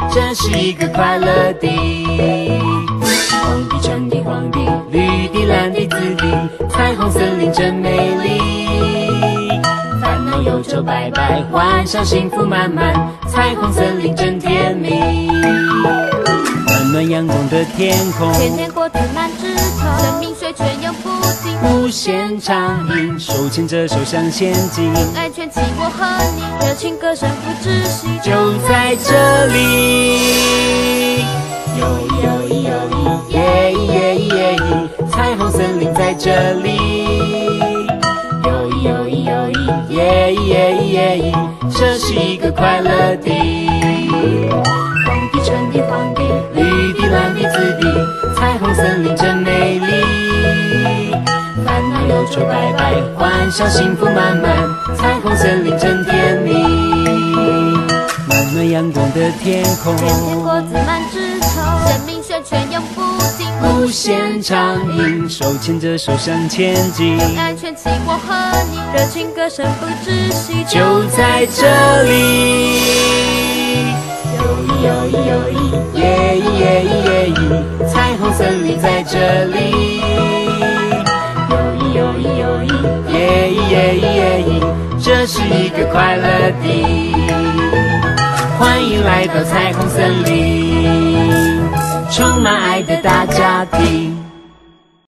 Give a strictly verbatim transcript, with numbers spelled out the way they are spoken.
这是一个快乐的。红地、橙地、黄地、绿地、蓝地、紫地，彩虹森林真美丽。烦恼忧愁拜拜，欢笑幸福满满，彩虹森林真甜蜜。暖暖阳光的天空， 天天果子满枝头，生命水泉涌不尽， 无限畅饮，手牵着手向前进， 爱全起我和你，热情歌声不止息， 就在这里。哟咦哟咦哟咦，耶咦耶咦耶咦，彩虹森林在这里。哟咦哟咦哟咦，耶咦耶咦耶咦，这是一个快乐的。黄地、橙地、黄地、绿地、蓝地、紫地，彩虹森林真美丽。烦恼忧愁拜拜，欢笑幸福满满，彩虹森林真甜蜜。暖暖阳光的天空， 天天果子满枝头，生命水泉涌不尽， 无限畅饮，手牵着手向前进， 爱全起我和你，热情歌声不止息， 就在这里。哟咦哟咦哟咦，耶咦耶咦耶咦，彩虹森林在这里。哟咦哟咦哟咦，耶咦耶咦耶咦，这是一个快乐的。欢迎来到彩虹森林，充满爱的大家庭。